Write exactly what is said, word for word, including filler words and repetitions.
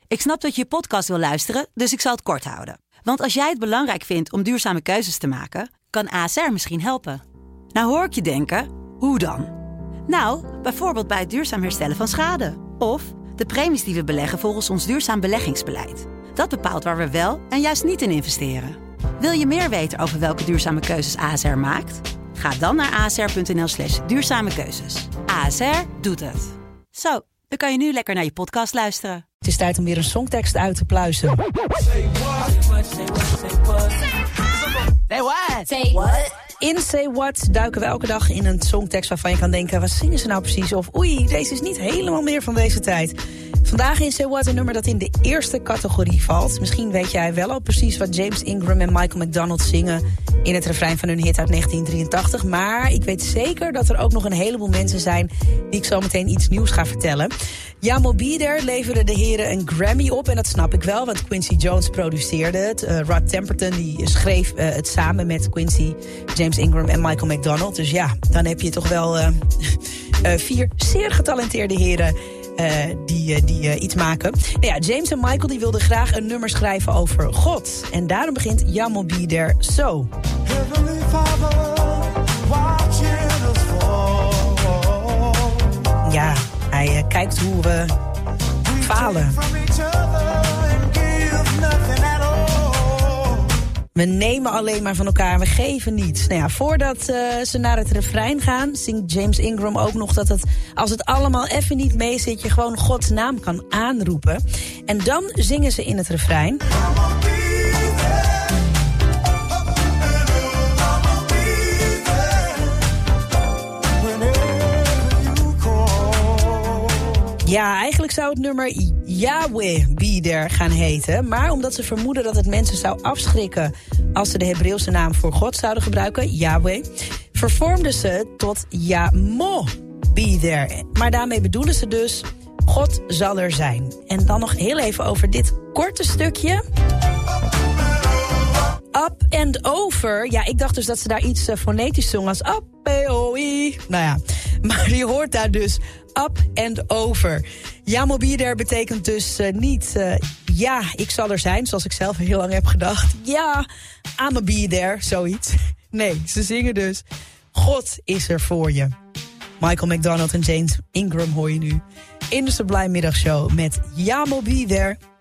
Ik snap dat je je podcast wil luisteren, dus ik zal het kort houden. Want als jij het belangrijk vindt om duurzame keuzes te maken, kan A S R misschien helpen. Nou hoor ik je denken, hoe dan? Nou, bijvoorbeeld bij het duurzaam herstellen van schade. Of de premies die we beleggen volgens ons duurzaam beleggingsbeleid. Dat bepaalt waar we wel en juist niet in investeren. Wil je meer weten over welke duurzame keuzes A S R maakt? Ga dan naar asr.nl slash duurzame keuzes. A S R doet het. Zo, dan kan je nu lekker naar je podcast luisteren. Het is tijd om weer een songtekst uit te pluizen. Say what? Say what? In Say What duiken we elke dag in een songtekst waarvan je kan denken, wat zingen ze nou precies? Of oei, deze is niet helemaal meer van deze tijd. Vandaag in Say What een nummer dat in de eerste categorie valt. Misschien weet jij wel al precies wat James Ingram en Michael McDonald zingen in het refrein van hun hit uit negentien drieëntachtig. Maar ik weet zeker dat er ook nog een heleboel mensen zijn die ik zo meteen iets nieuws ga vertellen. Yamo Be There leverde de heren een Grammy op. En dat snap ik wel, want Quincy Jones produceerde het. Uh, Rod Temperton die schreef uh, het samen met Quincy, James Ingram en Michael McDonald. Dus ja, dan heb je toch wel uh, uh, vier zeer getalenteerde heren Uh, die, uh, die uh, iets maken. Nou ja, James en Michael die wilden graag een nummer schrijven over God. En daarom begint Yamo Be There zo. Ja, hij uh, kijkt hoe we falen. We nemen alleen maar van elkaar, we geven niets. Nou ja, voordat uh, ze naar het refrein gaan, zingt James Ingram ook nog dat het, als het allemaal even niet mee zit, je gewoon Gods naam kan aanroepen. En dan zingen ze in het refrein. Ja, eigenlijk zou het nummer Yahweh Be There gaan heten. Maar omdat ze vermoeden dat het mensen zou afschrikken als ze de Hebreeuwse naam voor God zouden gebruiken, Yahweh, vervormden ze het tot Yamo Be There. Maar daarmee bedoelen ze dus, God zal er zijn. En dan nog heel even over dit korte stukje. Up and over. Ja, ik dacht dus dat ze daar iets uh, fonetisch zongen als up, o, i. Nou ja, maar je hoort daar dus up and over. Yamo Be There betekent dus uh, niet uh, ja, ik zal er zijn, zoals ik zelf heel lang heb gedacht. Ja, I'ma be there, zoiets. Nee, ze zingen dus God is er voor je. Michael McDonald en James Ingram hoor je nu in de Sublime Middagshow met Yamo Be There.